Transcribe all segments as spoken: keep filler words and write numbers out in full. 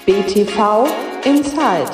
B T V Inside.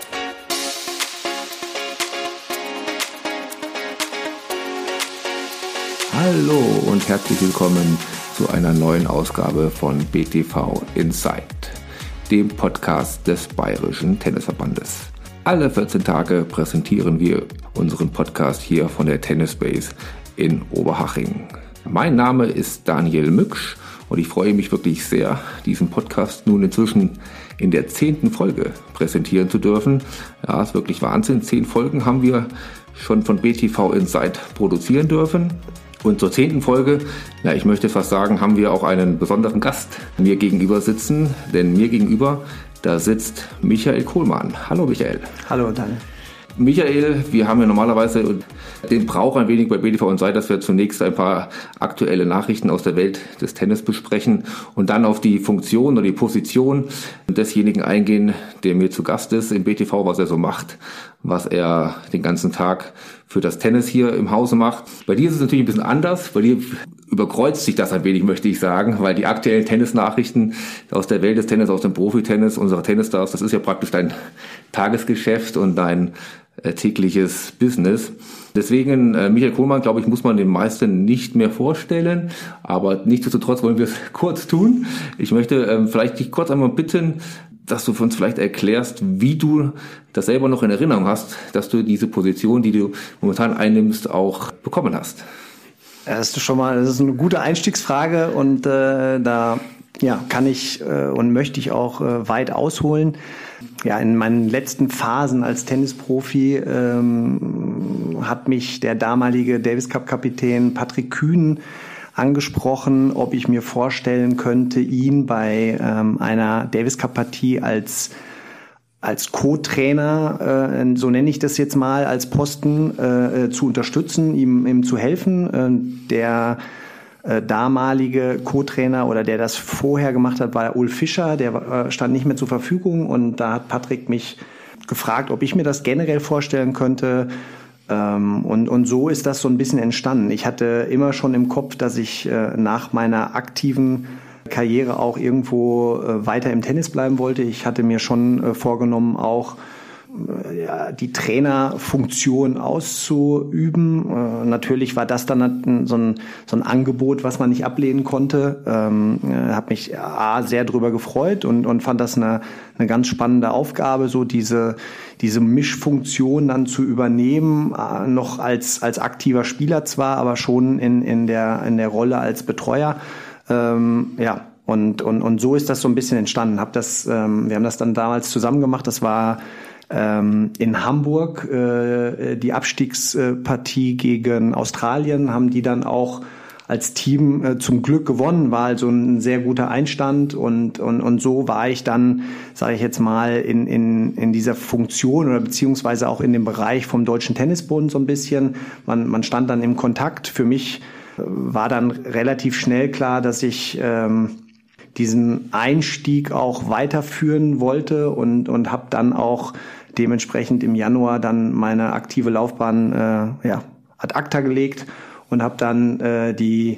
Hallo und herzlich willkommen zu einer neuen Ausgabe von B T V Inside, dem Podcast des Bayerischen Tennisverbandes. Alle vierzehn Tage präsentieren wir unseren Podcast hier von der Tennis Base in Oberhaching. Mein Name ist Daniel Mücksch und ich freue mich wirklich sehr, diesen Podcast nun inzwischen in der zehnten Folge präsentieren zu dürfen. Ja, ist wirklich Wahnsinn. Zehn Folgen haben wir schon von B T V Inside produzieren dürfen. Und zur zehnten Folge, na, ich möchte fast sagen, haben wir auch einen besonderen Gast mir gegenüber sitzen. Denn mir gegenüber, da sitzt Michael Kohlmann. Hallo Michael. Hallo Daniel. Michael, wir haben ja normalerweise den Brauch ein wenig bei B T V Inside, dass wir zunächst ein paar aktuelle Nachrichten aus der Welt des Tennis besprechen und dann auf die Funktion oder die Position desjenigen eingehen, der mir zu Gast ist im B T V, was er so macht, was er den ganzen Tag für das Tennis hier im Hause macht. Bei dir ist es natürlich ein bisschen anders, bei dir überkreuzt sich das ein wenig, möchte ich sagen, weil die aktuellen Tennisnachrichten aus der Welt des Tennis, aus dem Profitennis, unserer Tennisstars, das ist ja praktisch dein Tagesgeschäft und dein äh, tägliches Business. Deswegen, äh, Michael Kohlmann, glaube ich, muss man den meisten nicht mehr vorstellen, aber nichtsdestotrotz wollen wir es kurz tun. Ich möchte ähm, vielleicht dich kurz einmal bitten, dass du für uns vielleicht erklärst, wie du das selber noch in Erinnerung hast, dass du diese Position, die du momentan einnimmst, auch bekommen hast. Das ist schon mal, das ist eine gute Einstiegsfrage und äh, da ja, kann ich äh, und möchte ich auch äh, weit ausholen. Ja, in meinen letzten Phasen als Tennisprofi ähm, hat mich der damalige Davis Cup Kapitän Patrick Kühn angesprochen, ob ich mir vorstellen könnte, ihn bei ähm, einer Davis Cup Partie als als Co-Trainer, äh, so nenne ich das jetzt mal, als Posten äh, zu unterstützen, ihm, ihm zu helfen. Äh, der äh, damalige Co-Trainer oder der das vorher gemacht hat, war Ulf Fischer, der äh, stand nicht mehr zur Verfügung und da hat Patrick mich gefragt, ob ich mir das generell vorstellen könnte. Ähm, und, und so ist das so ein bisschen entstanden. Ich hatte immer schon im Kopf, dass ich äh, nach meiner aktiven Karriere auch irgendwo äh, weiter im Tennis bleiben wollte. Ich hatte mir schon äh, vorgenommen, auch äh, ja, die Trainerfunktion auszuüben. Äh, natürlich war das dann so ein, so ein Angebot, was man nicht ablehnen konnte. Ähm, äh, habe mich A, sehr drüber gefreut und, und fand das eine, eine ganz spannende Aufgabe, so diese, diese Mischfunktion dann zu übernehmen, äh, noch als, als aktiver Spieler zwar, aber schon in, in, der, in der Rolle als Betreuer. Ähm, ja, und, und, und so ist das so ein bisschen entstanden. Hab das, ähm, wir haben das dann damals zusammen gemacht. Das war ähm, in Hamburg äh, die Abstiegspartie gegen Australien, haben die dann auch als Team äh, zum Glück gewonnen, war also ein sehr guter Einstand und, und, und so war ich dann, sage ich jetzt mal, in, in, in dieser Funktion oder beziehungsweise auch in dem Bereich vom Deutschen Tennisbund so ein bisschen. Man, man stand dann im Kontakt. Für mich war dann relativ schnell klar, dass ich ähm, diesen Einstieg auch weiterführen wollte und und habe dann auch dementsprechend im Januar dann meine aktive Laufbahn äh, ja, ad acta gelegt und habe dann äh, die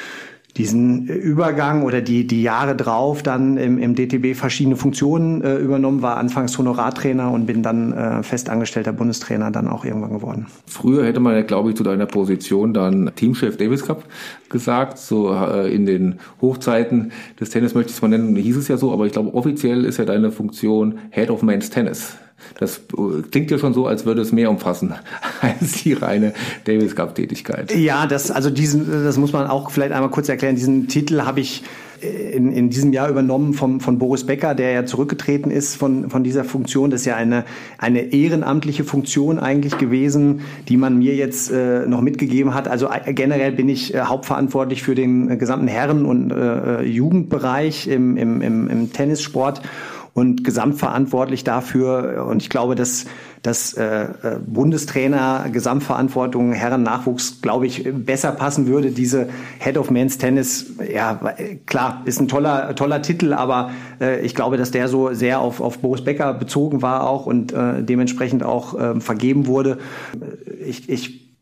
diesen Übergang oder die die Jahre drauf dann im, im D T B verschiedene Funktionen äh, übernommen, war anfangs Honorartrainer und bin dann äh, festangestellter Bundestrainer dann auch irgendwann geworden. Früher hätte man ja, glaube ich, zu deiner Position dann Teamchef Davis Cup gesagt, so äh, in den Hochzeiten des Tennis möchte ich es mal nennen, hieß es ja so, aber ich glaube offiziell ist ja deine Funktion Head of Men's Tennis. Das klingt ja schon so, als würde es mehr umfassen als die reine Davis Cup Tätigkeit. Ja, das, also diesen, das muss man auch vielleicht einmal kurz erklären. Diesen Titel habe ich in, in diesem Jahr übernommen vom, von Boris Becker, der ja zurückgetreten ist von, von dieser Funktion. Das ist ja eine, eine ehrenamtliche Funktion eigentlich gewesen, die man mir jetzt äh, noch mitgegeben hat. Also äh, generell bin ich äh, hauptverantwortlich für den äh, gesamten Herren- und äh, Jugendbereich im, im, im, im Tennissport und gesamtverantwortlich dafür. Und ich glaube, dass dass äh, Bundestrainer, Gesamtverantwortung, Herren-Nachwuchs, glaube ich, besser passen würde. Diese Head of Men's Tennis, ja, klar, ist ein toller toller Titel, aber äh, ich glaube, dass der so sehr auf auf Boris Becker bezogen war auch und äh, dementsprechend auch äh, vergeben wurde. Ich, ich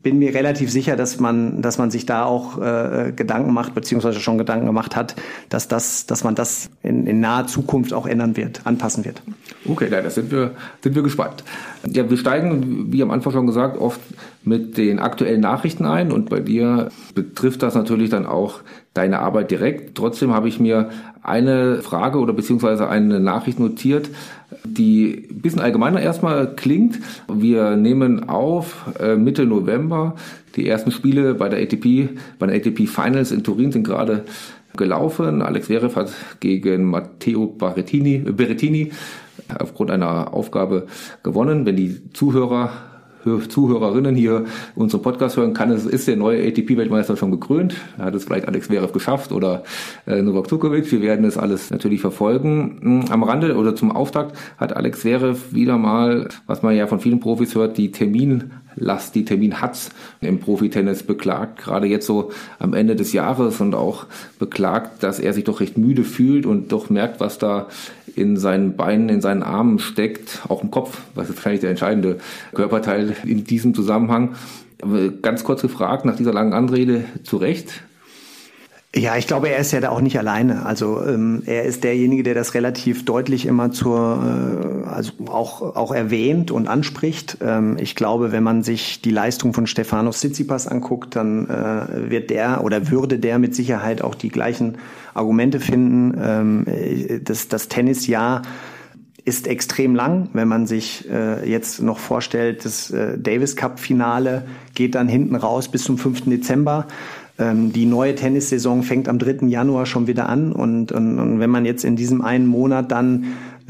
bin mir relativ sicher, dass man, dass man sich da auch äh, Gedanken macht, beziehungsweise schon Gedanken gemacht hat, dass das, dass man das in, in naher Zukunft auch ändern wird, anpassen wird. Okay, da sind wir, sind wir gespannt. Ja, wir steigen, wie am Anfang schon gesagt, oft mit den aktuellen Nachrichten ein und bei dir betrifft das natürlich dann auch deine Arbeit direkt. Trotzdem habe ich mir eine Frage oder beziehungsweise eine Nachricht notiert, die ein bisschen allgemeiner erstmal klingt. Wir nehmen auf äh, Mitte November. Die ersten Spiele bei der A T P, bei den A T P Finals in Turin sind gerade gelaufen. Alex Zverev hat gegen Matteo Berrettini, Berrettini aufgrund einer Aufgabe gewonnen. Wenn die Zuhörer Zuhörerinnen hier unseren Podcast hören, kann es, ist der neue A T P-Weltmeister schon gekrönt. Hat es vielleicht Alex Zverev geschafft oder äh, Novak Djokovic. Wir werden das alles natürlich verfolgen. Am Rande oder zum Auftakt hat Alex Zverev wieder mal, was man ja von vielen Profis hört, die Terminlast, die Terminhatz im Profitennis beklagt. Gerade jetzt so am Ende des Jahres und auch beklagt, dass er sich doch recht müde fühlt und doch merkt, was da in seinen Beinen, in seinen Armen steckt, auch im Kopf, was ist wahrscheinlich der entscheidende Körperteil in diesem Zusammenhang. Ganz kurz gefragt, nach dieser langen Anrede, zu Recht? Ja, ich glaube, er ist ja da auch nicht alleine. Also ähm, er ist derjenige, der das relativ deutlich immer zur, äh, also auch auch erwähnt und anspricht. Ähm, ich glaube, wenn man sich die Leistung von Stefanos Tsitsipas anguckt, dann äh, wird der oder würde der mit Sicherheit auch die gleichen Argumente finden. Ähm, das, das Tennisjahr ist extrem lang, wenn man sich äh, jetzt noch vorstellt, das äh, Davis Cup Finale geht dann hinten raus bis zum fünften Dezember. Ähm, die neue Tennissaison fängt am dritten Januar schon wieder an und, und, und wenn man jetzt in diesem einen Monat dann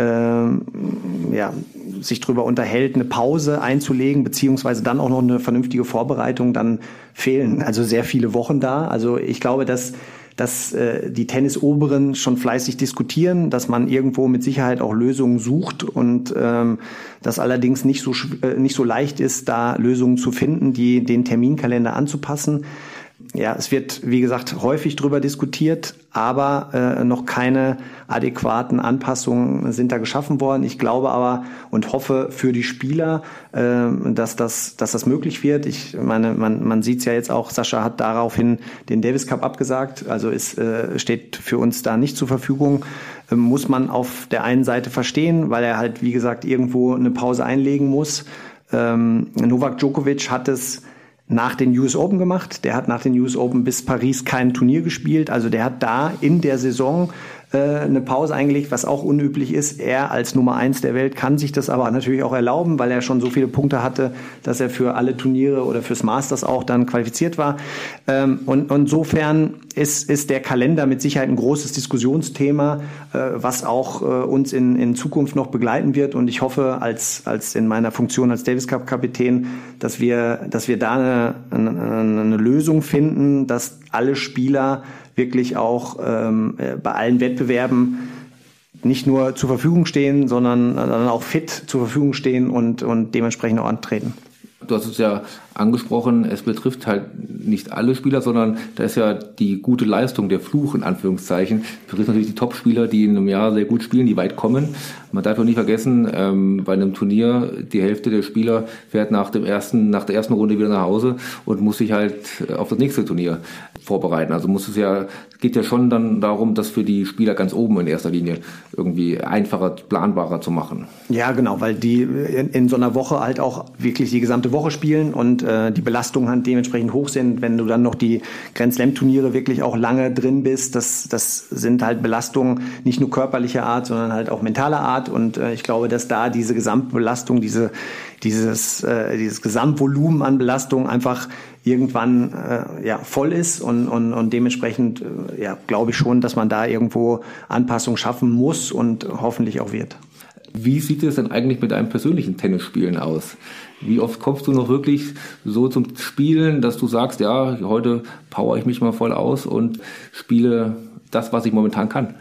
äh, ja, sich drüber unterhält, eine Pause einzulegen, beziehungsweise dann auch noch eine vernünftige Vorbereitung, dann fehlen also sehr viele Wochen da. Also ich glaube, dass dass äh, die Tennisoberen schon fleißig diskutieren, dass man irgendwo mit Sicherheit auch Lösungen sucht und ähm, dass allerdings nicht so äh, nicht so leicht ist, da Lösungen zu finden, die den Terminkalender anzupassen. Ja, es wird, wie gesagt, häufig drüber diskutiert, aber äh, noch keine adäquaten Anpassungen sind da geschaffen worden. Ich glaube aber und hoffe für die Spieler, äh, dass das, dass das möglich wird. Ich meine, man, man sieht es ja jetzt auch, Sascha hat daraufhin den Davis Cup abgesagt, also es äh, steht für uns da nicht zur Verfügung. Äh, muss man auf der einen Seite verstehen, weil er halt, wie gesagt, irgendwo eine Pause einlegen muss. Ähm, Novak Djokovic hat es nach den U S Open gemacht. Der hat nach den U S Open bis Paris kein Turnier gespielt. Also der hat da in der Saison äh, eine Pause eingelegt, was auch unüblich ist. Er als Nummer eins der Welt kann sich das aber natürlich auch erlauben, weil er schon so viele Punkte hatte, dass er für alle Turniere oder fürs Masters auch dann qualifiziert war. Ähm, und, und insofern ist, ist der Kalender mit Sicherheit ein großes Diskussionsthema, äh, was auch äh, uns in, in Zukunft noch begleiten wird. Und ich hoffe, als, als in meiner Funktion als Davis Cup Kapitän, dass wir, dass wir da eine, eine, eine Lösung finden, dass alle Spieler wirklich auch ähm, bei allen Wettbewerben nicht nur zur Verfügung stehen, sondern dann auch fit zur Verfügung stehen und, und dementsprechend auch antreten. Du hast es ja angesprochen, es betrifft halt nicht alle Spieler, sondern da ist ja die gute Leistung, der Fluch in Anführungszeichen, betrifft natürlich die Top-Spieler, die in einem Jahr sehr gut spielen, die weit kommen. Man darf auch nicht vergessen, ähm, bei einem Turnier, die Hälfte der Spieler fährt nach dem ersten, nach der ersten Runde wieder nach Hause und muss sich halt auf das nächste Turnier vorbereiten. Also muss es ja, geht ja schon dann darum, das für die Spieler ganz oben in erster Linie irgendwie einfacher, planbarer zu machen. Ja, genau, weil die in, in so einer Woche halt auch wirklich die gesamte Woche spielen und äh, die Belastungen halt dementsprechend hoch sind. Wenn du dann noch die Grand Slam Turniere wirklich auch lange drin bist, das, das sind halt Belastungen nicht nur körperlicher Art, sondern halt auch mentaler Art. Und äh, ich glaube, dass da diese Gesamtbelastung, diese, dieses, äh, dieses Gesamtvolumen an Belastung einfach irgendwann äh, ja voll ist und, und, und dementsprechend äh, ja, glaube ich schon, dass man da irgendwo Anpassung schaffen muss und hoffentlich auch wird. Wie sieht es denn eigentlich mit deinem persönlichen Tennisspielen aus? Wie oft kommst du noch wirklich so zum Spielen, dass du sagst, ja, heute power ich mich mal voll aus und spiele das, was ich momentan kann?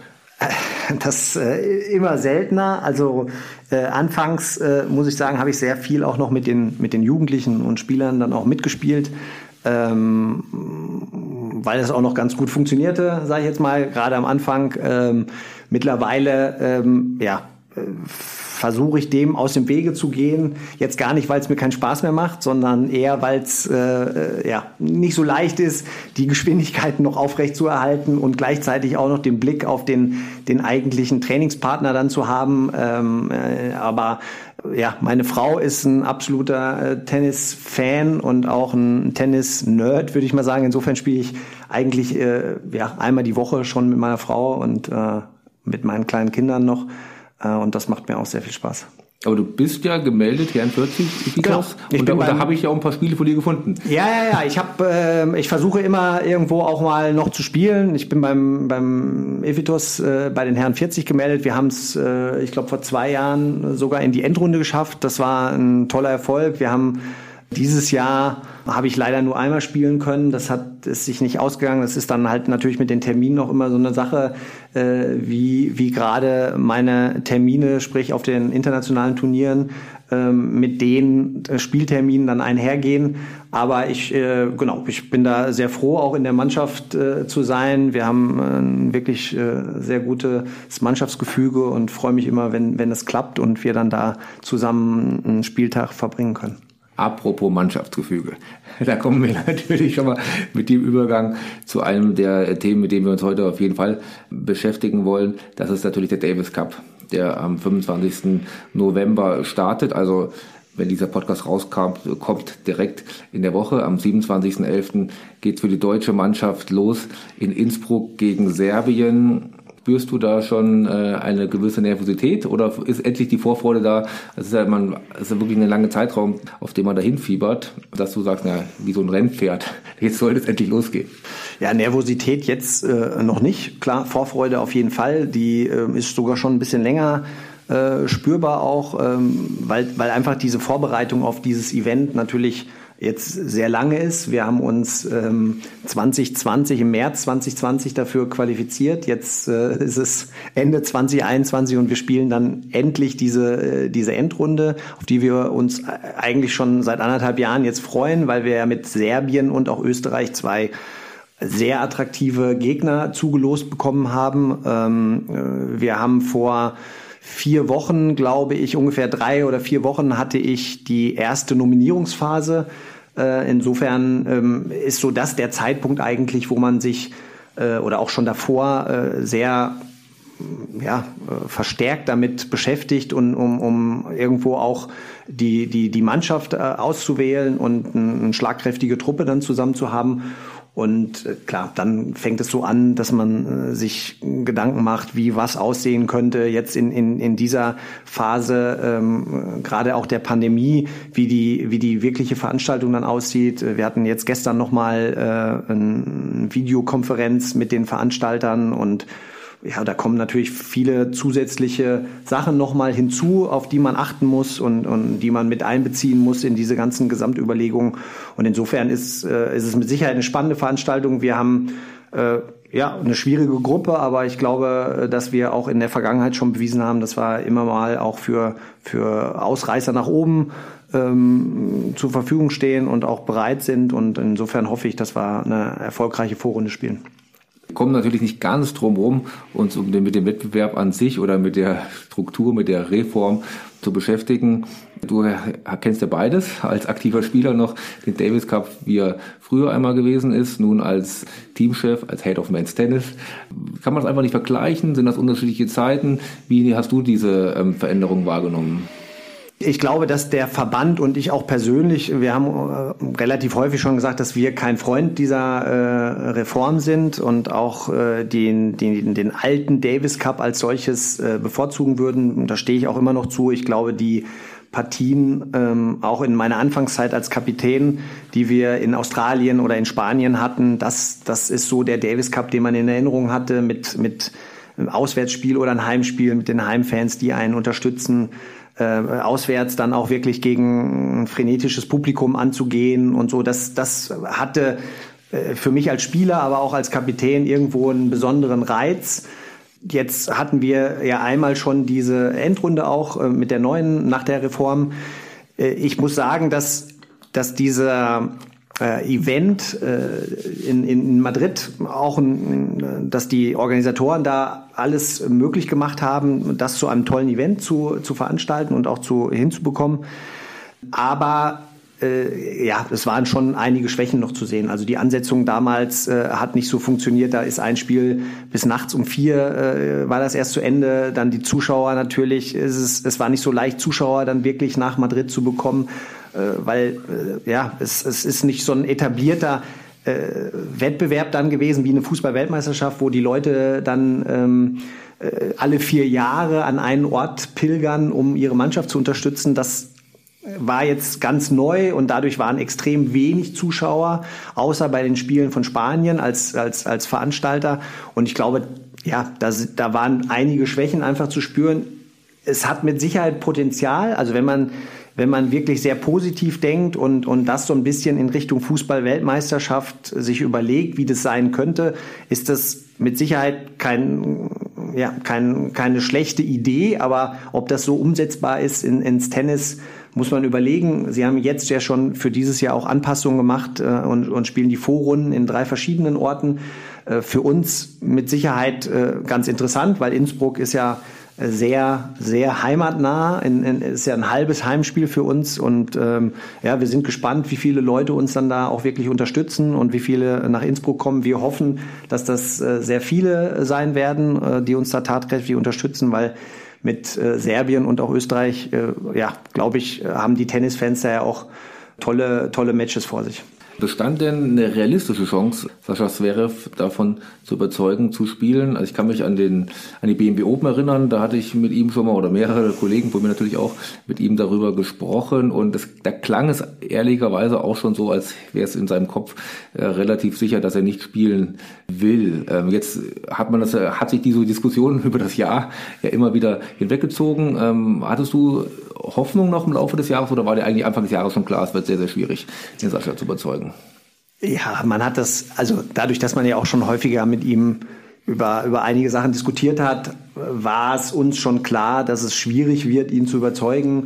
Das äh, immer seltener. Also äh, anfangs, äh, muss ich sagen, habe ich sehr viel auch noch mit den, mit den Jugendlichen und Spielern dann auch mitgespielt, ähm, weil es auch noch ganz gut funktionierte, sage ich jetzt mal, gerade am Anfang. Ähm, mittlerweile, ähm, ja, versuche ich dem aus dem Wege zu gehen. Jetzt gar nicht, weil es mir keinen Spaß mehr macht, sondern eher, weil es äh, ja, nicht so leicht ist, die Geschwindigkeiten noch aufrecht zu erhalten und gleichzeitig auch noch den Blick auf den, den eigentlichen Trainingspartner dann zu haben. Ähm, äh, aber ja, meine Frau ist ein absoluter äh, Tennis-Fan und auch ein Tennis-Nerd, würde ich mal sagen. Insofern spiele ich eigentlich äh, ja, einmal die Woche schon mit meiner Frau und äh, mit meinen kleinen Kindern noch. Und das macht mir auch sehr viel Spaß. Aber du bist ja gemeldet, Herrn vierzig, Ifitos. Genau. Und da, da habe ich ja auch ein paar Spiele von dir gefunden. Ja, ja, ja. Ich habe, äh, ich versuche immer irgendwo auch mal noch zu spielen. Ich bin beim beim Ifitos äh, bei den Herren vierzig gemeldet. Wir haben es, äh, ich glaube, vor zwei Jahren sogar in die Endrunde geschafft. Das war ein toller Erfolg. Wir haben dieses Jahr habe ich leider nur einmal spielen können. Das hat es sich nicht ausgegangen. Das ist dann halt natürlich mit den Terminen noch immer so eine Sache, äh, wie wie gerade meine Termine, sprich auf den internationalen Turnieren, ähm, mit den Spielterminen dann einhergehen. Aber ich äh, genau, ich bin da sehr froh, auch in der Mannschaft äh, zu sein. Wir haben ein wirklich äh, sehr gutes Mannschaftsgefüge und freue mich immer, wenn wenn es klappt und wir dann da zusammen einen Spieltag verbringen können. Apropos Mannschaftsgefüge, da kommen wir natürlich schon mal mit dem Übergang zu einem der Themen, mit denen wir uns heute auf jeden Fall beschäftigen wollen. Das ist natürlich der Davis Cup, der am fünfundzwanzigsten November startet. Also wenn dieser Podcast rauskommt, kommt direkt in der Woche. Am siebenundzwanzigsten elften geht es für die deutsche Mannschaft los in Innsbruck gegen Serbien. Spürst du da schon äh, eine gewisse Nervosität oder ist endlich die Vorfreude da? Es ist ja, man, es ist ja wirklich ein langer Zeitraum, auf den man dahin fiebert, dass du sagst, na, wie so ein Rennpferd, jetzt sollte es endlich losgehen. Ja, Nervosität jetzt äh, noch nicht. Klar, Vorfreude auf jeden Fall. Die äh, ist sogar schon ein bisschen länger äh, spürbar auch, ähm, weil, weil einfach diese Vorbereitung auf dieses Event natürlich jetzt sehr lange ist. Wir haben uns ähm, zwanzig zwanzig, im März zwanzig zwanzig dafür qualifiziert. Jetzt äh, ist es Ende zwanzig einundzwanzig und wir spielen dann endlich diese, äh, diese Endrunde, auf die wir uns eigentlich schon seit anderthalb Jahren jetzt freuen, weil wir ja mit Serbien und auch Österreich zwei sehr attraktive Gegner zugelost bekommen haben. Ähm, äh, wir haben vor vier Wochen, glaube ich, ungefähr drei oder vier Wochen hatte ich die erste Nominierungsphase. Äh, insofern ähm, ist so das der Zeitpunkt eigentlich, wo man sich äh, oder auch schon davor äh, sehr ja, äh, verstärkt damit beschäftigt und um, um irgendwo auch die, die, die Mannschaft äh, auszuwählen und eine, eine schlagkräftige Truppe dann zusammen zu haben. Und äh, klar, dann fängt es so an, dass man äh, sich Gedanken macht, wie was aussehen könnte jetzt in in in dieser Phase, ähm, gerade auch der Pandemie, wie die wie die wirkliche Veranstaltung dann aussieht. Wir hatten jetzt gestern nochmal äh, eine Videokonferenz mit den Veranstaltern und ja, da kommen natürlich viele zusätzliche Sachen nochmal hinzu, auf die man achten muss und, und die man mit einbeziehen muss in diese ganzen Gesamtüberlegungen. Und insofern ist, äh, ist es mit Sicherheit eine spannende Veranstaltung. Wir haben äh, ja eine schwierige Gruppe, aber ich glaube, dass wir auch in der Vergangenheit schon bewiesen haben, dass wir immer mal auch für, für Ausreißer nach oben ähm, zur Verfügung stehen und auch bereit sind. Und insofern hoffe ich, dass wir eine erfolgreiche Vorrunde spielen. Wir kommen natürlich nicht ganz drum rum, uns um den, mit dem Wettbewerb an sich oder mit der Struktur, mit der Reform zu beschäftigen. Du kennst ja beides, als aktiver Spieler noch den Davis Cup, wie er früher einmal gewesen ist, nun als Teamchef, als Head of Men's Tennis. Kann man das einfach nicht vergleichen? Sind das unterschiedliche Zeiten? Wie hast du diese ähm, Veränderung wahrgenommen? Ich glaube, dass der Verband und ich auch persönlich, wir haben äh, relativ häufig schon gesagt, dass wir kein Freund dieser äh, Reform sind und auch äh, den, den, den alten Davis Cup als solches äh, bevorzugen würden. Und da stehe ich auch immer noch zu. Ich glaube, die Partien, ähm, auch in meiner Anfangszeit als Kapitän, die wir in Australien oder in Spanien hatten, das, das ist so der Davis Cup, den man in Erinnerung hatte, mit, mit einem Auswärtsspiel oder ein Heimspiel, mit den Heimfans, die einen unterstützen. Äh, auswärts dann auch wirklich gegen ein frenetisches Publikum anzugehen und so. Das, das hatte äh, für mich als Spieler, aber auch als Kapitän irgendwo einen besonderen Reiz. Jetzt hatten wir ja einmal schon diese Endrunde auch äh, mit der neuen, nach der Reform. Äh, ich muss sagen, dass, dass dieser äh, Event äh, in, in Madrid, auch ein, dass die Organisatoren da alles möglich gemacht haben, das zu einem tollen Event zu, zu veranstalten und auch zu, hinzubekommen. Aber äh, ja, es waren schon einige Schwächen noch zu sehen. Also die Ansetzung damals äh, hat nicht so funktioniert. Da ist ein Spiel bis nachts um vier äh, war das erst zu Ende. Dann die Zuschauer natürlich. Es, ist, es war nicht so leicht, Zuschauer dann wirklich nach Madrid zu bekommen, äh, weil äh, ja, es, es ist nicht so ein etablierter äh, Wettbewerb dann gewesen wie eine Fußball-Weltmeisterschaft, wo die Leute dann ähm, äh, alle vier Jahre an einen Ort pilgern, um ihre Mannschaft zu unterstützen. Das war jetzt ganz neu und dadurch waren extrem wenig Zuschauer, außer bei den Spielen von Spanien als, als, als Veranstalter. Und ich glaube, ja, da, da waren einige Schwächen einfach zu spüren. Es hat mit Sicherheit Potenzial. Also wenn man, wenn man wirklich sehr positiv denkt und, und das so ein bisschen in Richtung Fußball-Weltmeisterschaft sich überlegt, wie das sein könnte, ist das mit Sicherheit kein, ja, kein, keine schlechte Idee. Aber ob das so umsetzbar ist in, ins Tennis, muss man überlegen. Sie haben jetzt ja schon für dieses Jahr auch Anpassungen gemacht äh, und, und spielen die Vorrunden in drei verschiedenen Orten. Äh, für uns mit Sicherheit äh, ganz interessant, weil Innsbruck ist ja sehr, sehr heimatnah, in, in, ist ja ein halbes Heimspiel für uns und ähm, ja, wir sind gespannt, wie viele Leute uns dann da auch wirklich unterstützen und wie viele nach Innsbruck kommen. Wir hoffen, dass das äh, sehr viele sein werden, äh, die uns da tatkräftig unterstützen, weil mit äh, Serbien und auch Österreich, äh, ja, glaube ich, haben die Tennisfans da ja auch tolle, tolle Matches vor sich. Bestand denn eine realistische Chance, Sascha Zverev davon zu überzeugen, zu spielen? Also ich kann mich an den an die B M W Open erinnern, da hatte ich mit ihm schon mal, oder mehrere Kollegen von mir natürlich auch, mit ihm darüber gesprochen und es, da klang es ehrlicherweise auch schon so, als wäre es in seinem Kopf äh, relativ sicher, dass er nicht spielen will. Ähm, jetzt hat man das, hat sich diese Diskussion über das Jahr ja immer wieder hinweggezogen. Ähm, hattest du Hoffnung noch im Laufe des Jahres oder war dir eigentlich Anfang des Jahres schon klar, es wird sehr, sehr schwierig, den Sascha zu überzeugen? Ja, man hat das, also dadurch, dass man ja auch schon häufiger mit ihm über, über einige Sachen diskutiert hat, war es uns schon klar, dass es schwierig wird, ihn zu überzeugen.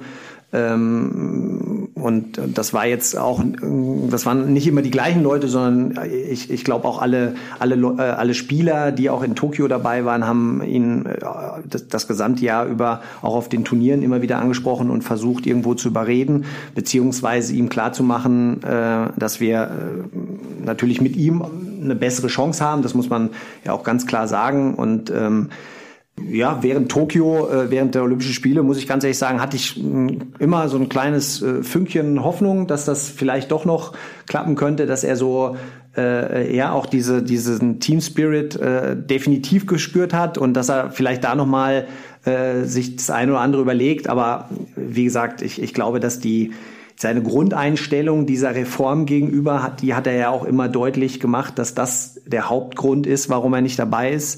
Ähm, und das war jetzt auch, das waren nicht immer die gleichen Leute, sondern ich, ich glaube auch alle, alle, alle Spieler, die auch in Tokio dabei waren, haben ihn das, das gesamte Jahr über auch auf den Turnieren immer wieder angesprochen und versucht, irgendwo zu überreden, beziehungsweise ihm klarzumachen, äh, dass wir äh, natürlich mit ihm eine bessere Chance haben. Das muss man ja auch ganz klar sagen. Und ähm, ja, während Tokio, äh, während der Olympischen Spiele, muss ich ganz ehrlich sagen, hatte ich mh, immer so ein kleines äh, Fünkchen Hoffnung, dass das vielleicht doch noch klappen könnte, dass er so äh, ja auch diese diesen Team Spirit äh, definitiv gespürt hat und dass er vielleicht da noch mal äh, sich das eine oder andere überlegt. Aber wie gesagt, ich ich glaube, dass die seine Grundeinstellung dieser Reform gegenüber hat, die hat er ja auch immer deutlich gemacht, dass das der Hauptgrund ist, warum er nicht dabei ist.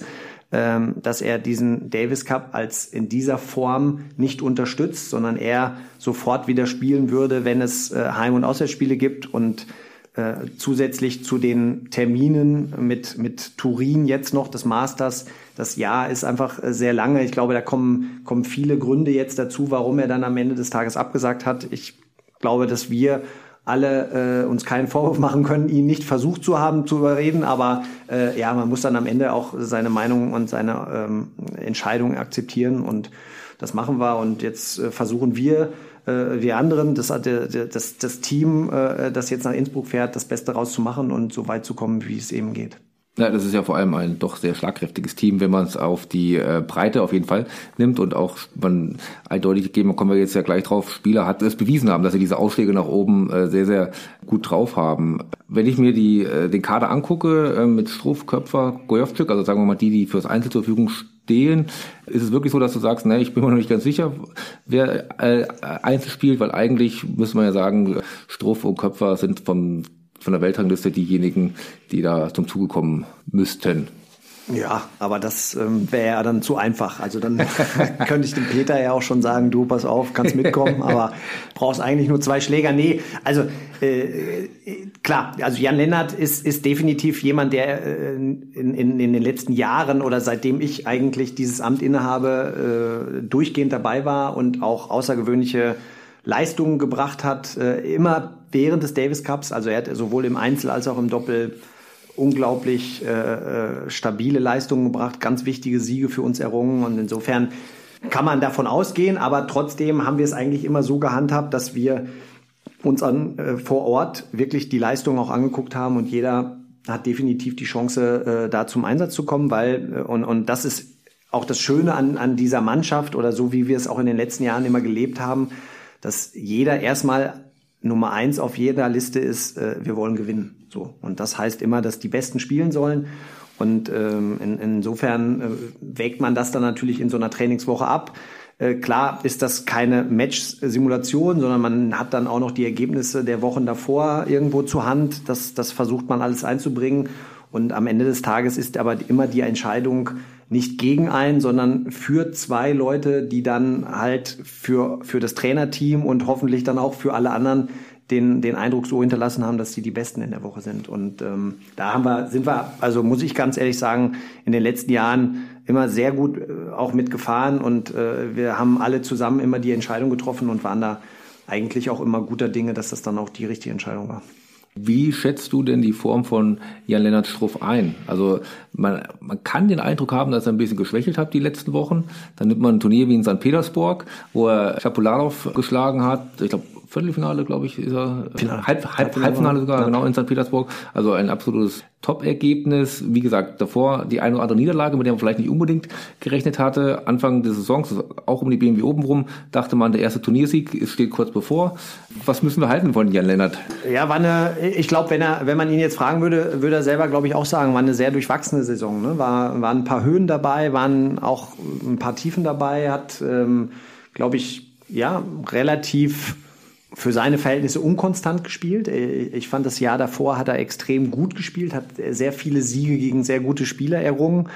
Dass er diesen Davis Cup als in dieser Form nicht unterstützt, sondern er sofort wieder spielen würde, wenn es Heim- und Auswärtsspiele gibt und äh, zusätzlich zu den Terminen mit mit Turin jetzt noch des Masters. Das Jahr ist einfach sehr lange. Ich glaube, da kommen kommen viele Gründe jetzt dazu, warum er dann am Ende des Tages abgesagt hat. Ich glaube, dass wir alle äh, uns keinen Vorwurf machen können, ihn nicht versucht zu haben, zu überreden. Aber äh, ja, man muss dann am Ende auch seine Meinung und seine ähm, Entscheidung akzeptieren. Und das machen wir. Und jetzt äh, versuchen wir, äh, wir anderen, das, das, das Team, äh, das jetzt nach Innsbruck fährt, das Beste rauszumachen und so weit zu kommen, wie es eben geht. Ja, das ist ja vor allem ein doch sehr schlagkräftiges Team, wenn man es auf die äh, Breite auf jeden Fall nimmt und auch man eindeutig geben, kommen wir jetzt ja gleich drauf, Spieler hat es bewiesen haben, dass sie diese Ausschläge nach oben äh, sehr, sehr gut drauf haben. Wenn ich mir die äh, den Kader angucke, äh, mit Struff, Köpfer, Gojovcik, also sagen wir mal die, die fürs Einzel zur Verfügung stehen, ist es wirklich so, dass du sagst, ne, ich bin mir noch nicht ganz sicher, wer äh, Einzel spielt, weil eigentlich müsste man ja sagen, Struff und Köpfer sind vom von der Weltrangliste diejenigen, die da zum Zuge kommen müssten. Ja, aber das ähm, wäre ja dann zu einfach. Also dann könnte ich dem Peter ja auch schon sagen, du, pass auf, kannst mitkommen, aber brauchst eigentlich nur zwei Schläger. Nee, also äh, klar, also Jan Lennart ist ist definitiv jemand, der äh, in, in, in den letzten Jahren oder seitdem ich eigentlich dieses Amt innehabe, äh, durchgehend dabei war und auch außergewöhnliche Leistungen gebracht hat, äh, immer während des Davis Cups. Also er hat sowohl im Einzel als auch im Doppel unglaublich äh, stabile Leistungen gebracht, ganz wichtige Siege für uns errungen. Und insofern kann man davon ausgehen, aber trotzdem haben wir es eigentlich immer so gehandhabt, dass wir uns an, äh, vor Ort wirklich die Leistung auch angeguckt haben und jeder hat definitiv die Chance, äh, da zum Einsatz zu kommen, weil, äh, und, und das ist auch das Schöne an, an dieser Mannschaft oder so, wie wir es auch in den letzten Jahren immer gelebt haben, dass jeder erstmal Nummer eins auf jeder Liste ist, äh, wir wollen gewinnen. So. Und das heißt immer, dass die Besten spielen sollen. Und ähm, in, insofern äh, wägt man das dann natürlich in so einer Trainingswoche ab. Äh, klar ist das keine Match-Simulation, sondern man hat dann auch noch die Ergebnisse der Wochen davor irgendwo zur Hand. Das, das versucht man alles einzubringen. Und am Ende des Tages ist aber immer die Entscheidung nicht gegen einen, sondern für zwei Leute, die dann halt für, für das Trainerteam und hoffentlich dann auch für alle anderen den, den Eindruck so hinterlassen haben, dass sie die Besten in der Woche sind. Und ähm, da haben wir, sind wir, also muss ich ganz ehrlich sagen, in den letzten Jahren immer sehr gut äh, auch mitgefahren und äh, wir haben alle zusammen immer die Entscheidung getroffen und waren da eigentlich auch immer guter Dinge, dass das dann auch die richtige Entscheidung war. Wie schätzt du denn die Form von Jan-Lennart Struff ein? Also man, man kann den Eindruck haben, dass er ein bisschen geschwächelt hat die letzten Wochen. Dann nimmt man ein Turnier wie in Sankt Petersburg, wo er Shapovalov geschlagen hat. Ich glaube, Viertelfinale, glaube ich, ist er. Finale. Halb, Halb, Halbfinale sogar, ja. Genau, in Sankt Petersburg. Also ein absolutes Top-Ergebnis. Wie gesagt, davor die eine oder andere Niederlage, mit der man vielleicht nicht unbedingt gerechnet hatte. Anfang des Saisons, auch um die B M W Open rum, dachte man, der erste Turniersieg steht kurz bevor. Was müssen wir halten von Jan-Lennart? Ja, war eine, ich glaube, wenn er, wenn man ihn jetzt fragen würde, würde er selber, glaube ich, auch sagen, war eine sehr durchwachsene Saison. Ne? War, waren ein paar Höhen dabei, waren auch ein paar Tiefen dabei, hat, ähm, glaube ich, ja, relativ für seine Verhältnisse unkonstant gespielt. Ich fand, das Jahr davor hat er extrem gut gespielt, hat sehr viele Siege gegen sehr gute Spieler errungen.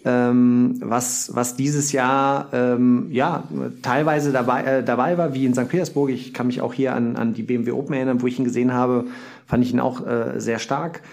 Ähm, was, was dieses Jahr ähm, ja teilweise dabei, äh, dabei war, wie in Sankt Petersburg. Ich kann mich auch hier an, an die B M W Open erinnern, wo ich ihn gesehen habe, fand ich ihn auch äh, sehr stark.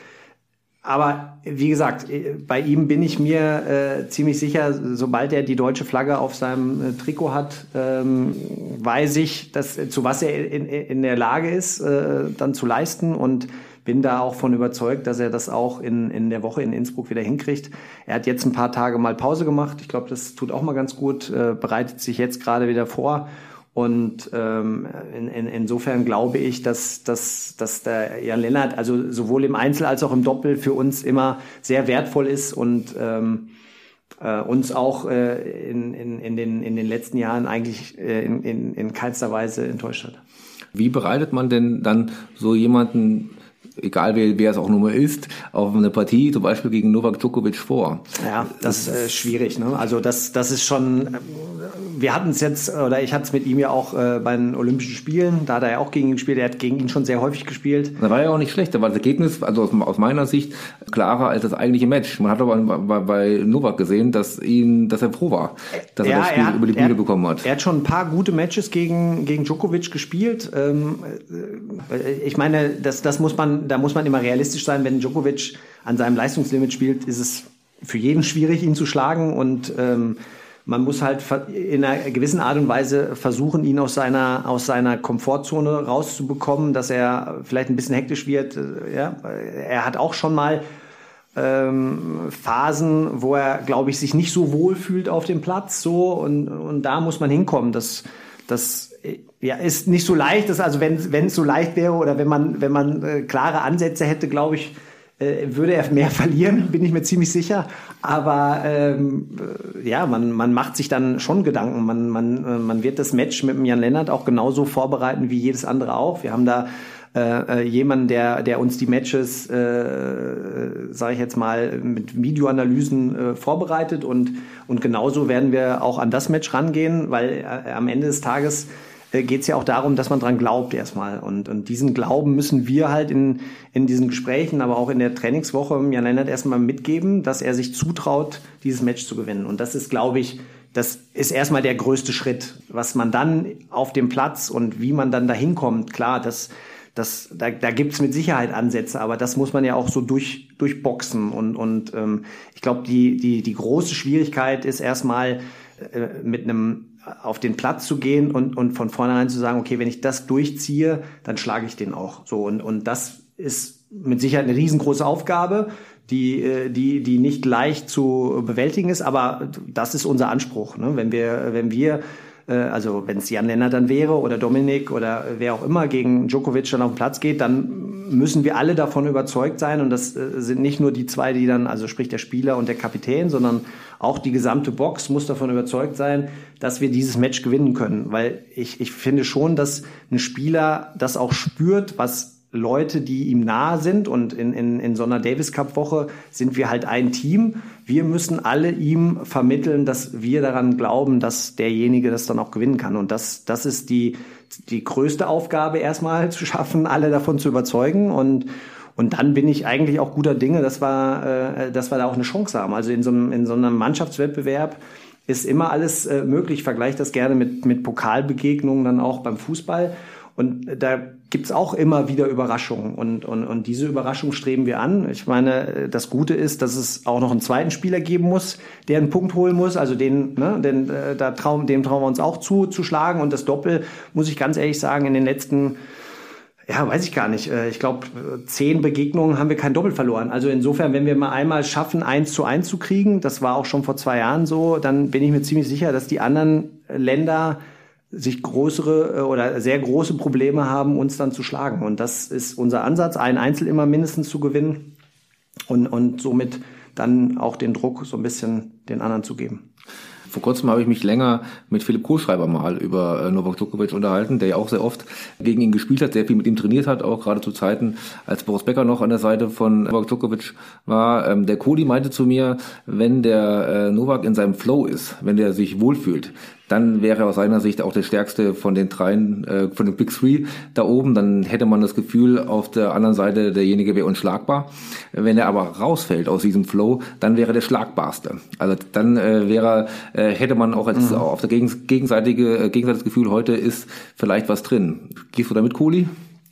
Aber wie gesagt, bei ihm bin ich mir äh, ziemlich sicher, sobald er die deutsche Flagge auf seinem äh, Trikot hat, ähm, weiß ich, dass, zu was er in, in der Lage ist, äh, dann zu leisten und bin da auch von überzeugt, dass er das auch in, in der Woche in Innsbruck wieder hinkriegt. Er hat jetzt ein paar Tage mal Pause gemacht. Ich glaube, das tut auch mal ganz gut, äh, bereitet sich jetzt gerade wieder vor. Und ähm, in, in, insofern glaube ich, dass, dass, dass der Jan-Lennart also sowohl im Einzel als auch im Doppel für uns immer sehr wertvoll ist und ähm, äh, uns auch äh, in, in, in, den, in den letzten Jahren eigentlich äh, in, in, in keinster Weise enttäuscht hat. Wie bereitet man denn dann so jemanden, egal wer, wer es auch nur mal ist, auf eine Partie, zum Beispiel gegen Novak Djokovic vor? Ja, das ist äh, schwierig. Ne? Also das, das ist schon, äh, wir hatten es jetzt, oder ich hatte es mit ihm ja auch äh, bei den Olympischen Spielen, da hat er ja auch gegen ihn gespielt, er hat gegen ihn schon sehr häufig gespielt. Da war ja auch nicht schlecht, da war das Ergebnis, also aus, aus meiner Sicht, klarer als das eigentliche Match. Man hat aber bei, bei Novak gesehen, dass ihn, dass er froh war, dass ja, er das Spiel hat, über die Bühne er, bekommen hat. Er hat schon ein paar gute Matches gegen, gegen Djokovic gespielt. Ähm, ich meine, das, das muss man, da muss man immer realistisch sein. Wenn Djokovic an seinem Leistungslimit spielt, ist es für jeden schwierig, ihn zu schlagen. Und ähm, man muss halt in einer gewissen Art und Weise versuchen, ihn aus seiner, aus seiner Komfortzone rauszubekommen, dass er vielleicht ein bisschen hektisch wird. Ja, er hat auch schon mal ähm, Phasen, wo er, glaube ich, sich nicht so wohl fühlt auf dem Platz. So, und, und da muss man hinkommen. Das, das ja, ist nicht so leicht. Das, also wenn wenn es so leicht wäre oder wenn man wenn man äh, klare Ansätze hätte, glaube ich, äh, würde er mehr verlieren, bin ich mir ziemlich sicher. Aber ähm, äh, ja, man man macht sich dann schon Gedanken. Man man äh, man wird das Match mit dem Jan-Lennart auch genauso vorbereiten wie jedes andere auch. Wir haben da äh, jemanden, der der uns die Matches, äh, sage ich jetzt mal, mit Videoanalysen äh, vorbereitet und und genauso werden wir auch an das Match rangehen, weil äh, am Ende des Tages geht es ja auch darum, dass man dran glaubt erstmal. Und, und diesen Glauben müssen wir halt in, in diesen Gesprächen, aber auch in der Trainingswoche Jan-Lennart erstmal mitgeben, dass er sich zutraut, dieses Match zu gewinnen. Und das ist, glaube ich, das ist erstmal der größte Schritt. Was man dann auf dem Platz und wie man dann da hinkommt, klar, das, das, da, da gibt es mit Sicherheit Ansätze, aber das muss man ja auch so durch, durchboxen. Und, und ähm, ich glaube, die, die, die große Schwierigkeit ist erstmal, mit einem auf den Platz zu gehen und, und von vornherein zu sagen, okay, wenn ich das durchziehe, dann schlage ich den auch. So, und, und das ist mit Sicherheit eine riesengroße Aufgabe, die, die, die nicht leicht zu bewältigen ist, aber das ist unser Anspruch, ne? Wenn wir, wenn wir, also wenn es Jan Lennart dann wäre oder Dominik oder wer auch immer gegen Djokovic dann auf den Platz geht, dann müssen wir alle davon überzeugt sein, und das sind nicht nur die zwei, die dann, also sprich der Spieler und der Kapitän, sondern auch die gesamte Box muss davon überzeugt sein, dass wir dieses Match gewinnen können, weil ich, ich finde schon, dass ein Spieler das auch spürt, was Leute, die ihm nahe sind, und in, in, in so einer Davis-Cup-Woche sind wir halt ein Team. Wir müssen alle ihm vermitteln, dass wir daran glauben, dass derjenige das dann auch gewinnen kann. Und das, das ist die, die größte Aufgabe, erstmal zu schaffen, alle davon zu überzeugen. Und, und dann bin ich eigentlich auch guter Dinge, dass wir, äh, dass wir da auch eine Chance haben. Also in so einem, in so einem Mannschaftswettbewerb ist immer alles äh, möglich. Ich vergleiche das gerne mit, mit Pokalbegegnungen dann auch beim Fußball. Und da gibt's auch immer wieder Überraschungen. Und, und, und diese Überraschung streben wir an. Ich meine, das Gute ist, dass es auch noch einen zweiten Spieler geben muss, der einen Punkt holen muss. Also den, ne, den, äh, da trauen, dem trauen wir uns auch zu, zu schlagen. Und das Doppel, muss ich ganz ehrlich sagen, in den letzten, ja, weiß ich gar nicht. Äh, ich glaube, zehn Begegnungen haben wir kein Doppel verloren. Also insofern, wenn wir mal einmal schaffen, eins zu eins zu kriegen, das war auch schon vor zwei Jahren so, dann bin ich mir ziemlich sicher, dass die anderen Länder sich größere oder sehr große Probleme haben, uns dann zu schlagen. Und das ist unser Ansatz, ein Einzel immer mindestens zu gewinnen und, und somit dann auch den Druck so ein bisschen den anderen zu geben. Vor kurzem habe ich mich länger mit Philipp Kohlschreiber mal über äh, Novak Djokovic unterhalten, der ja auch sehr oft gegen ihn gespielt hat, sehr viel mit ihm trainiert hat, auch gerade zu Zeiten, als Boris Becker noch an der Seite von Novak Djokovic war. Ähm, der Kohli meinte zu mir, wenn der äh, Novak in seinem Flow ist, wenn der sich wohlfühlt, dann wäre er aus seiner Sicht auch der stärkste von den dreien, äh, von den Big Three da oben. Dann hätte man das Gefühl, auf der anderen Seite derjenige wäre unschlagbar. Wenn er aber rausfällt aus diesem Flow, dann wäre der schlagbarste. Also dann äh, wäre, äh, hätte man auch als, mhm. auf der gegenseitige, äh, gegenseitiges Gefühl, heute ist vielleicht was drin. Gehst du da mit, Kohli?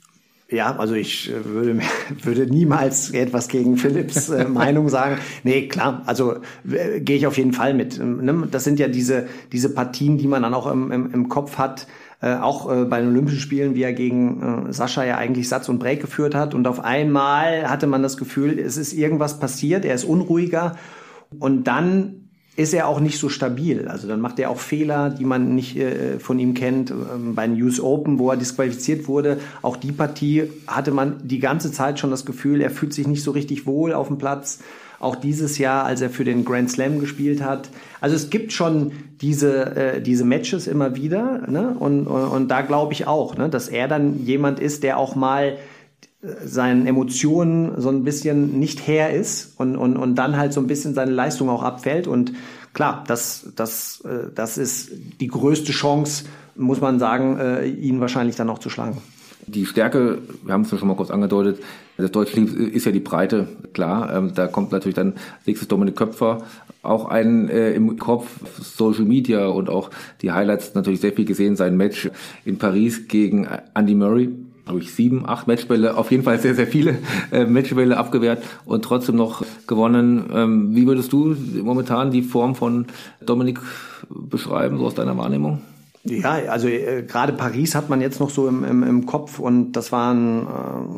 Ja, also ich würde würde niemals etwas gegen Philipps äh, Meinung sagen. Nee, klar, also äh, gehe ich auf jeden Fall mit. Ne? Das sind ja diese diese Partien, die man dann auch im, im, im Kopf hat, äh, auch äh, bei den Olympischen Spielen, wie er gegen äh, Sascha ja eigentlich Satz und Break geführt hat. Und auf einmal hatte man das Gefühl, es ist irgendwas passiert, er ist unruhiger. Und dann ist er auch nicht so stabil. Also dann macht er auch Fehler, die man nicht äh, von ihm kennt. Ähm, bei den U S Open, wo er disqualifiziert wurde, auch die Partie hatte man die ganze Zeit schon das Gefühl, er fühlt sich nicht so richtig wohl auf dem Platz. Auch dieses Jahr, als er für den Grand Slam gespielt hat. Also es gibt schon diese äh, diese Matches immer wieder, ne? Und, und, und da glaube ich auch, ne, dass er dann jemand ist, der auch mal seinen Emotionen so ein bisschen nicht Herr ist und, und, und dann halt so ein bisschen seine Leistung auch abfällt. Und klar, das, das, das ist die größte Chance, muss man sagen, ihn wahrscheinlich dann auch zu schlagen. Die Stärke, wir haben es ja schon mal kurz angedeutet, des deutschen Teams ist ja die Breite, klar. Da kommt natürlich dann nächstes Dominik Köpfer auch einen äh, im Kopf, Social Media und auch die Highlights natürlich sehr viel gesehen, sein Match in Paris gegen Andy Murray. Habe ich sieben, acht Matchbälle, auf jeden Fall sehr, sehr viele äh, Matchbälle abgewehrt und trotzdem noch gewonnen. Ähm, wie würdest du momentan die Form von Dominik beschreiben, so aus deiner Wahrnehmung? Ja, also äh, gerade Paris hat man jetzt noch so im, im, im Kopf, und das war ein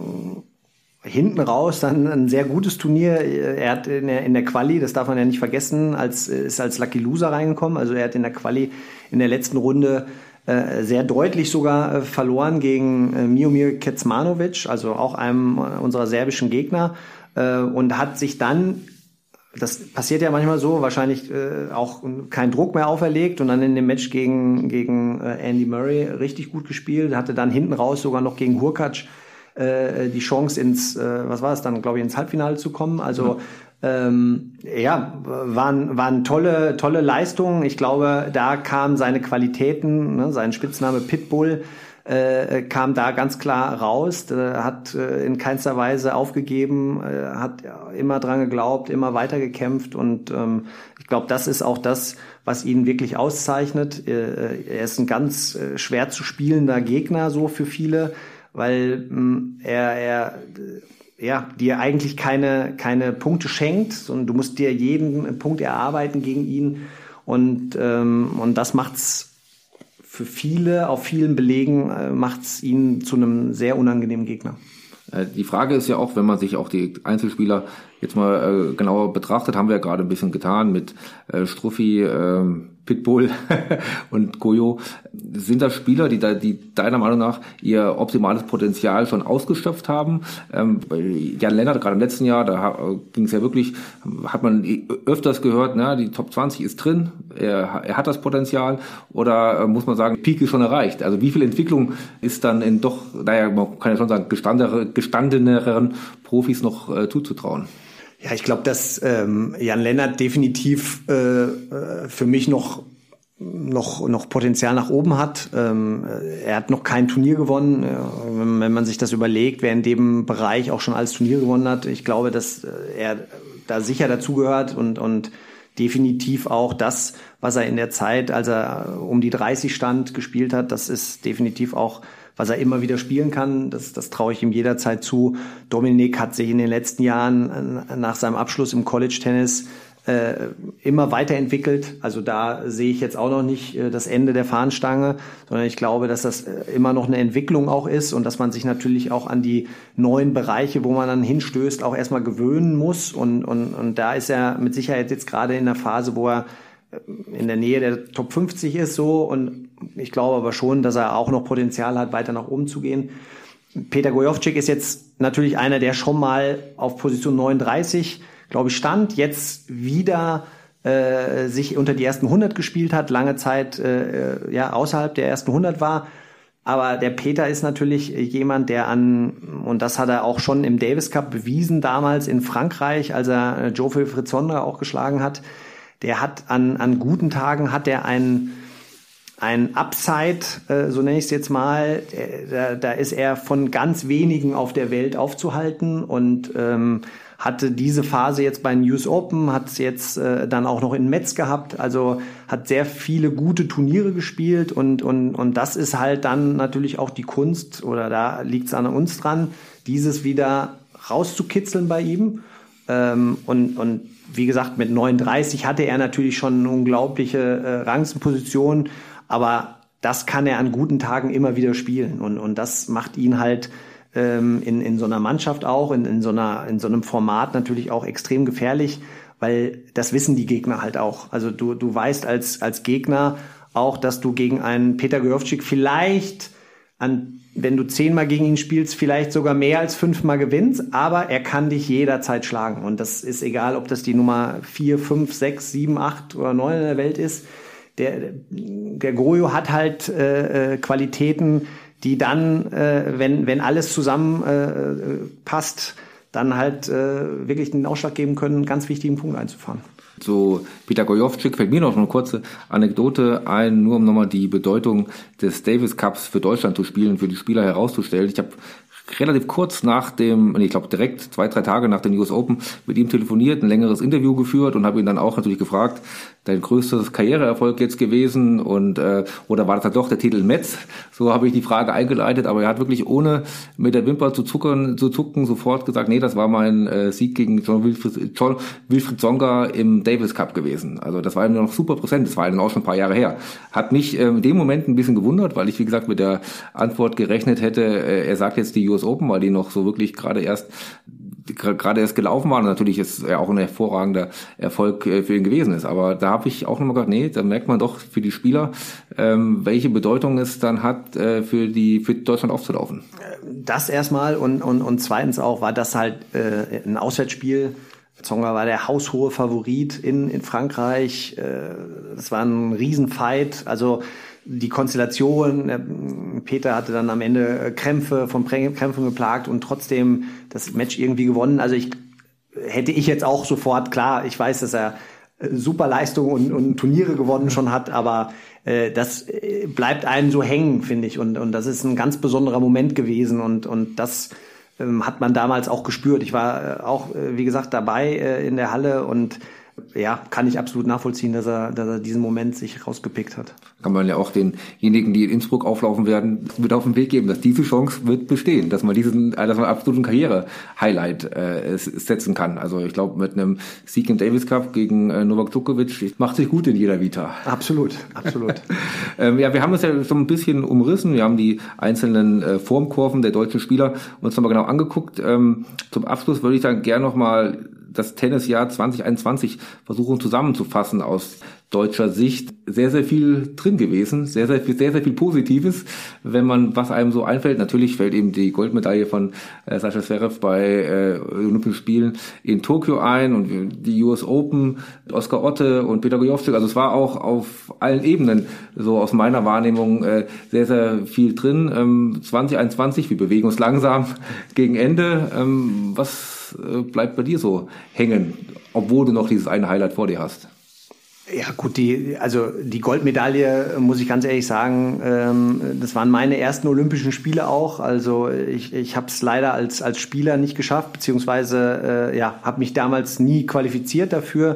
äh, hinten raus dann ein sehr gutes Turnier. Er hat in der, in der Quali, das darf man ja nicht vergessen, als ist als Lucky Loser reingekommen. Also er hat in der Quali in der letzten Runde sehr deutlich sogar verloren gegen Miomir Kecmanovic, also auch einem unserer serbischen Gegner, und hat sich dann, das passiert ja manchmal so, wahrscheinlich auch keinen Druck mehr auferlegt und dann in dem Match gegen gegen Andy Murray richtig gut gespielt, hatte dann hinten raus sogar noch gegen Hurkacz die Chance ins, was war es dann, glaube ich, ins Halbfinale zu kommen. Also mhm. Ähm, ja, waren, waren tolle, tolle Leistungen. Ich glaube, da kamen seine Qualitäten, ne, sein Spitzname Pitbull, äh, kam da ganz klar raus, äh, hat äh, in keinster Weise aufgegeben, äh, hat immer dran geglaubt, immer weitergekämpft, und ähm, ich glaube, das ist auch das, was ihn wirklich auszeichnet. Äh, er ist ein ganz äh, schwer zu spielender Gegner, so für viele, weil mh, er, er ja, dir eigentlich keine, keine Punkte schenkt, sondern du musst dir jeden Punkt erarbeiten gegen ihn, und, ähm, und das macht's für viele, auf vielen Belegen äh, macht es ihn zu einem sehr unangenehmen Gegner. Die Frage ist ja auch, wenn man sich auch die Einzelspieler jetzt mal äh, genauer betrachtet, haben wir ja gerade ein bisschen getan mit äh, Struffi, äh, Pitbull und Gojo. Sind das Spieler, die da, die deiner Meinung nach ihr optimales Potenzial schon ausgeschöpft haben? Ähm, Jan Lennart, gerade im letzten Jahr, da äh, ging es ja wirklich, hat man öfters gehört, na, die Top zwanzig ist drin, er, er hat das Potenzial, oder äh, muss man sagen, Peak ist schon erreicht? Also wie viel Entwicklung ist dann in doch, naja, man kann ja schon sagen, gestandenere, gestandeneren Profis noch äh, zuzutrauen? Ja, ich glaube, dass ähm, Jan Lennart definitiv äh, für mich noch noch noch Potenzial nach oben hat. Ähm, er hat noch kein Turnier gewonnen. Wenn, wenn man sich das überlegt, wer in dem Bereich auch schon alles Turnier gewonnen hat, ich glaube, dass er da sicher dazugehört und und definitiv auch das, was er in der Zeit, als er um die dreißig stand, gespielt hat, das ist definitiv auch, was er immer wieder spielen kann. Das, das traue ich ihm jederzeit zu. Dominik hat sich in den letzten Jahren nach seinem Abschluss im College-Tennis äh, immer weiterentwickelt. Also da sehe ich jetzt auch noch nicht äh, das Ende der Fahnenstange, sondern ich glaube, dass das äh, immer noch eine Entwicklung auch ist und dass man sich natürlich auch an die neuen Bereiche, wo man dann hinstößt, auch erstmal gewöhnen muss. Und, und, und da ist er mit Sicherheit jetzt gerade in der Phase, wo er in der Nähe der Top fünfzig ist, so, und ich glaube aber schon, dass er auch noch Potenzial hat, weiter nach oben zu gehen. Peter Gojowczyk ist jetzt natürlich einer, der schon mal auf Position neununddreißig, glaube ich, stand, jetzt wieder äh, sich unter die ersten hundert gespielt hat, lange Zeit äh, ja außerhalb der ersten hundert war. Aber der Peter ist natürlich jemand, der an, und das hat er auch schon im Davis Cup bewiesen damals in Frankreich, als er Joe-Wilfried Tsonga auch geschlagen hat. Der hat an, an guten Tagen hat er ein, ein Upside, äh, so nenne ich es jetzt mal. Da, da ist er von ganz wenigen auf der Welt aufzuhalten und ähm, hatte diese Phase jetzt bei den U S Open, hat es jetzt äh, dann auch noch in Metz gehabt. Also hat sehr viele gute Turniere gespielt und und und das ist halt dann natürlich auch die Kunst, oder da liegt es an uns dran, dieses wieder rauszukitzeln bei ihm. Ähm, und und wie gesagt, mit neununddreißig hatte er natürlich schon eine unglaubliche äh, Ranglistenposition, aber das kann er an guten Tagen immer wieder spielen und und das macht ihn halt ähm, in in so einer Mannschaft auch, in in so einer in so einem Format natürlich auch extrem gefährlich, weil das wissen die Gegner halt auch. Also du du weißt als als Gegner auch, dass du gegen einen Peter Gojowczyk vielleicht an wenn du zehnmal gegen ihn spielst, vielleicht sogar mehr als fünfmal gewinnst, aber er kann dich jederzeit schlagen. Und das ist egal, ob das die Nummer vier, fünf, sechs, sieben, acht oder neun in der Welt ist. Der, der Gojo hat halt äh, Qualitäten, die dann, äh, wenn, wenn alles zusammen äh, passt, dann halt äh, wirklich den Ausschlag geben können, einen ganz wichtigen Punkt einzufahren. So Peter Gojowczyk fällt mir noch eine kurze Anekdote ein, nur um nochmal die Bedeutung des Davis Cups für Deutschland zu spielen, für die Spieler herauszustellen. Ich habe relativ kurz nach dem, ich glaube direkt zwei, drei Tage nach den U S Open mit ihm telefoniert, ein längeres Interview geführt und habe ihn dann auch natürlich gefragt, dein größtes Karriereerfolg jetzt gewesen und äh, oder war das dann doch der Titel Metz? So habe ich die Frage eingeleitet, aber er hat wirklich ohne mit der Wimper zu zucken, zu zucken sofort gesagt, nee, das war mein äh, Sieg gegen John Wilfried, John Wilfried Tsonga im Davis Cup gewesen. Also das war ihm noch super präsent, das war ihm auch schon ein paar Jahre her. Hat mich äh, in dem Moment ein bisschen gewundert, weil ich, wie gesagt, mit der Antwort gerechnet hätte, äh, er sagt jetzt die U S Open, weil die noch so wirklich gerade erst gerade erst gelaufen waren. Und natürlich ist er auch ein hervorragender Erfolg für ihn gewesen ist. Aber da habe ich auch nochmal gedacht, nee, da merkt man doch für die Spieler, ähm, welche Bedeutung es dann hat, äh, für die für Deutschland aufzulaufen. Das erstmal und und und zweitens auch war das halt äh, ein Auswärtsspiel. Tsonga war der haushohe Favorit in in Frankreich. Äh, das war ein Riesenfight. Also die Konstellation, Peter hatte dann am Ende Krämpfe, von Krämpfen geplagt und trotzdem das Match irgendwie gewonnen. Also ich hätte ich jetzt auch sofort, klar, ich weiß, dass er super Leistung und, und Turniere gewonnen schon hat, aber äh, das bleibt einem so hängen, finde ich. Und, und das ist ein ganz besonderer Moment gewesen und, und das ähm, hat man damals auch gespürt. Ich war äh, auch, äh, wie gesagt, dabei äh, in der Halle und ja, kann ich absolut nachvollziehen, dass er, dass er diesen Moment sich rausgepickt hat. Kann man ja auch denjenigen, die in Innsbruck auflaufen werden, mit auf den Weg geben, dass diese Chance wird bestehen, dass man diesen, dass man absoluten Karriere-Highlight äh, setzen kann. Also ich glaube, mit einem Sieg im Davis Cup gegen äh, Novak Djokovic macht sich gut in jeder Vita. Absolut, absolut. ähm, ja, wir haben es ja schon ein bisschen umrissen. Wir haben die einzelnen äh, Formkurven der deutschen Spieler uns nochmal genau angeguckt. Ähm, zum Abschluss würde ich dann gerne nochmal das Tennisjahr zwanzig einundzwanzig versuchen zusammenzufassen aus deutscher Sicht. Sehr, sehr viel drin gewesen, sehr, sehr viel, sehr, sehr viel Positives, wenn man, was einem so einfällt. Natürlich fällt eben die Goldmedaille von äh, Sascha Zverev bei äh, Olympischen Spielen in Tokio ein und die U S Open, Oskar Otte und Peter Gojowczyk. Also es war auch auf allen Ebenen, so aus meiner Wahrnehmung, äh, sehr, sehr viel drin. Ähm, zwanzig einundzwanzig, wir bewegen uns langsam gegen Ende. Ähm, was äh, bleibt bei dir so hängen, obwohl du noch dieses eine Highlight vor dir hast? Ja gut, die also die Goldmedaille, muss ich ganz ehrlich sagen, ähm, das waren meine ersten Olympischen Spiele auch. Also ich, ich habe es leider als als Spieler nicht geschafft, beziehungsweise äh, ja, habe mich damals nie qualifiziert dafür.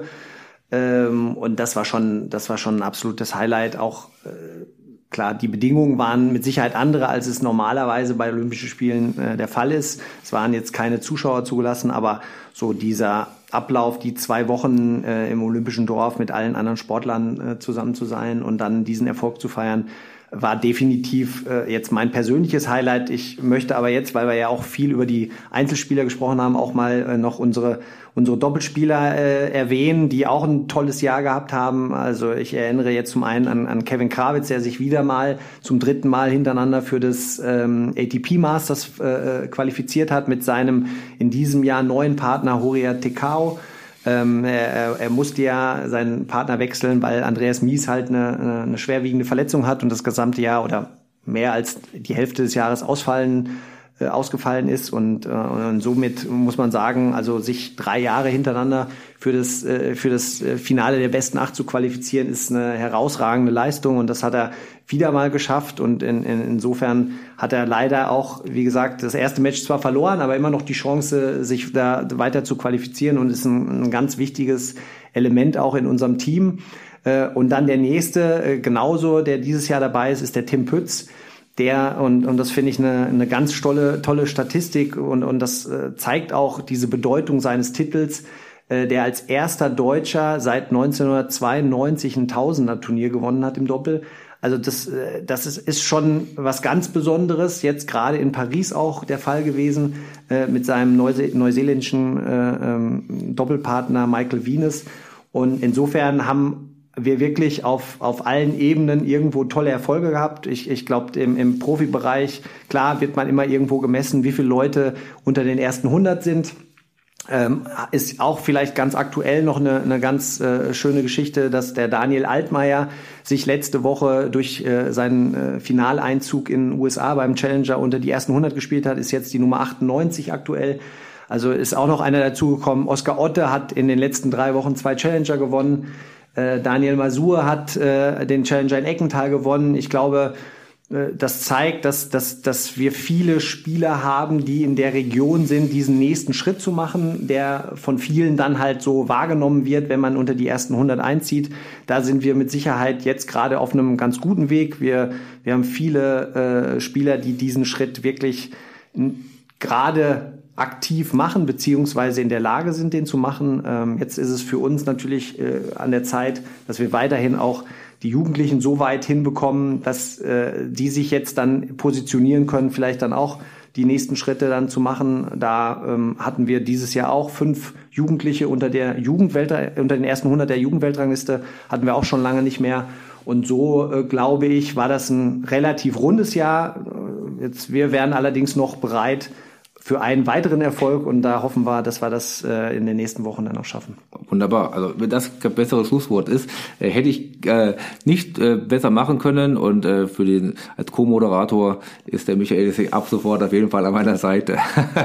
Ähm, und das war schon das war schon ein absolutes Highlight. Auch äh, klar, die Bedingungen waren mit Sicherheit andere, als es normalerweise bei Olympischen Spielen äh, der Fall ist. Es waren jetzt keine Zuschauer zugelassen, aber so dieser Ablauf, die zwei Wochen äh, im Olympischen Dorf mit allen anderen Sportlern äh, zusammen zu sein und dann diesen Erfolg zu feiern, war definitiv äh, jetzt mein persönliches Highlight. Ich möchte aber jetzt, weil wir ja auch viel über die Einzelspieler gesprochen haben, auch mal äh, noch unsere unsere Doppelspieler äh, erwähnen, die auch ein tolles Jahr gehabt haben. Also ich erinnere jetzt zum einen an, an Kevin Krawitz, der sich wieder mal zum dritten Mal hintereinander für das ähm, A T P Masters äh, qualifiziert hat mit seinem in diesem Jahr neuen Partner Horia Tecau. Ähm, er, er musste ja seinen Partner wechseln, weil Andreas Mies halt eine, eine schwerwiegende Verletzung hat und das gesamte Jahr oder mehr als die Hälfte des Jahres ausfallen äh, ausgefallen ist und, äh, und somit muss man sagen, also sich drei Jahre hintereinander für das äh, für das Finale der besten acht zu qualifizieren, ist eine herausragende Leistung und das hat er wieder mal geschafft und in, in, insofern hat er leider auch, wie gesagt, das erste Match zwar verloren, aber immer noch die Chance, sich da weiter zu qualifizieren und ist ein, ein ganz wichtiges Element auch in unserem Team. Und dann der nächste, genauso, der dieses Jahr dabei ist, ist der Tim Pütz. Der, und, und das finde ich eine, eine ganz tolle, tolle Statistik und, und das äh, zeigt auch diese Bedeutung seines Titels, äh, der als erster Deutscher seit neunzehnhundertzweiundneunzig ein Tausender-Turnier gewonnen hat im Doppel. Also das, äh, das ist, ist schon was ganz Besonderes, jetzt gerade in Paris auch der Fall gewesen, äh, mit seinem Neuse- neuseeländischen äh, ähm, Doppelpartner Michael Venus. Und insofern haben wir wirklich auf auf allen Ebenen irgendwo tolle Erfolge gehabt. Ich ich glaube, im, im Profibereich, klar, wird man immer irgendwo gemessen, wie viele Leute unter den ersten hundert sind. Ähm, ist auch vielleicht ganz aktuell noch eine, eine ganz äh, schöne Geschichte, dass der Daniel Altmaier sich letzte Woche durch äh, seinen äh, Finaleinzug in den U S A beim Challenger unter die ersten hundert gespielt hat, ist jetzt die Nummer achtundneunzig aktuell. Also ist auch noch einer dazugekommen. Oskar Otte hat in den letzten drei Wochen zwei Challenger gewonnen. Daniel Masur hat äh, den Challenger in Eckenthal gewonnen. Ich glaube, äh, das zeigt, dass, dass, dass wir viele Spieler haben, die in der Region sind, diesen nächsten Schritt zu machen, der von vielen dann halt so wahrgenommen wird, wenn man unter die ersten hundert einzieht. Da sind wir mit Sicherheit jetzt gerade auf einem ganz guten Weg. Wir, wir haben viele äh, Spieler, die diesen Schritt wirklich n- gerade aktiv machen, beziehungsweise in der Lage sind, den zu machen. Ähm, jetzt ist es für uns natürlich äh, an der Zeit, dass wir weiterhin auch die Jugendlichen so weit hinbekommen, dass äh, die sich jetzt dann positionieren können, vielleicht dann auch die nächsten Schritte dann zu machen. Da ähm, hatten wir dieses Jahr auch fünf Jugendliche unter der Jugendwelt, unter den ersten hundert der Jugendweltrangliste, hatten wir auch schon lange nicht mehr. Und so, äh, glaube ich, war das ein relativ rundes Jahr. Jetzt, wir wären allerdings noch bereit für einen weiteren Erfolg und da hoffen wir, dass wir das äh, in den nächsten Wochen dann auch schaffen. Wunderbar. Also wenn das kein besseres Schlusswort ist, äh, hätte ich äh, nicht äh, besser machen können und äh, für den als Co-Moderator ist der Michael ab sofort auf jeden Fall an meiner Seite.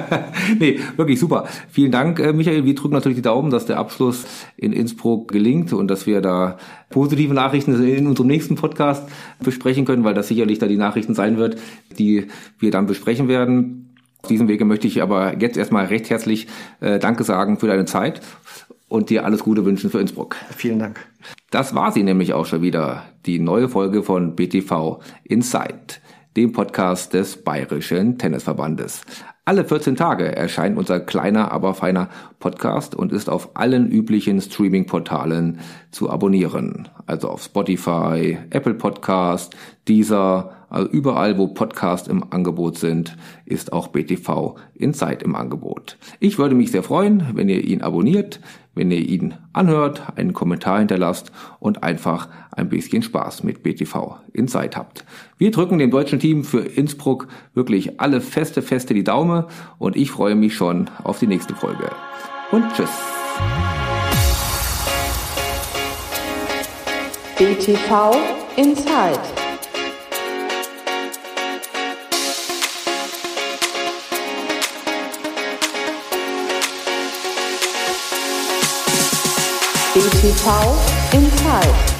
Nee, wirklich super. Vielen Dank, äh, Michael. Wir drücken natürlich die Daumen, dass der Abschluss in Innsbruck gelingt und dass wir da positive Nachrichten in unserem nächsten Podcast besprechen können, weil das sicherlich da die Nachrichten sein wird, die wir dann besprechen werden. Auf diesem Wege möchte ich aber jetzt erstmal recht herzlich äh, Danke sagen für deine Zeit und dir alles Gute wünschen für Innsbruck. Vielen Dank. Das war sie nämlich auch schon wieder, die neue Folge von B T V Inside, dem Podcast des Bayerischen Tennisverbandes. Alle vierzehn Tage erscheint unser kleiner, aber feiner Podcast und ist auf allen üblichen Streaming-Portalen zu abonnieren. Also auf Spotify, Apple Podcast, Deezer, also überall, wo Podcasts im Angebot sind, ist auch B T V Inside im Angebot. Ich würde mich sehr freuen, wenn ihr ihn abonniert, wenn ihr ihn anhört, einen Kommentar hinterlasst und einfach ein bisschen Spaß mit B T V Inside habt. Wir drücken dem deutschen Team für Innsbruck wirklich alle feste, feste die Daumen und ich freue mich schon auf die nächste Folge. Und tschüss. B T V Inside. B T V Inside.